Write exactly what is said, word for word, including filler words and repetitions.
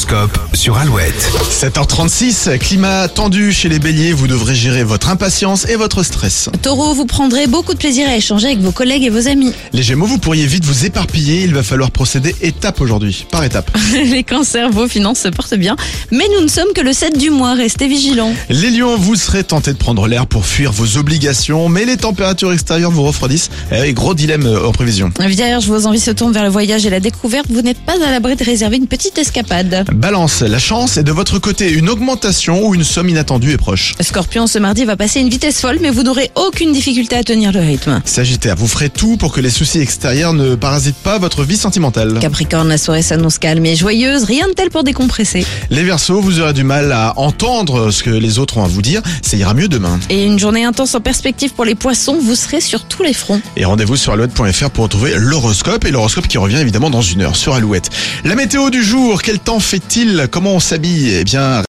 l'horoscope sur Alouette. sept heures trente-six, climat tendu chez les béliers, vous devrez gérer votre impatience et votre stress. Taureau, vous prendrez beaucoup de plaisir à échanger avec vos collègues et vos amis. Les gémeaux, vous pourriez vite vous éparpiller, il va falloir procéder étape aujourd'hui, par étape. Les cancers, vos finances se portent bien, mais nous ne sommes que le sept du mois, restez vigilants. Les lions, vous serez tentés de prendre l'air pour fuir vos obligations, mais les températures extérieures vous refroidissent. Eh, gros dilemme en prévision. Vierge, vos envies se tournent vers le voyage et la découverte, vous n'êtes pas à l'abri de réserver une petite escapade. Balance, la chance est de votre côté, une augmentation ou une somme inattendue est proche. Scorpion, ce mardi va passer une vitesse folle, mais vous n'aurez aucune difficulté à tenir le rythme. Sagittaire, vous ferez tout pour que les soucis extérieurs ne parasitent pas votre vie sentimentale. Capricorne, la soirée s'annonce calme et joyeuse, rien de tel pour décompresser. Les Verseaux, vous aurez du mal à entendre ce que les autres ont à vous dire, ça ira mieux demain. Et une journée intense en perspective pour les poissons, vous serez sur tous les fronts. Et rendez-vous sur alouette point f r pour retrouver l'horoscope, et l'horoscope qui revient évidemment dans une heure sur Alouette. La météo du jour, quel temps fait-il? Comment on s'habille? Eh bien...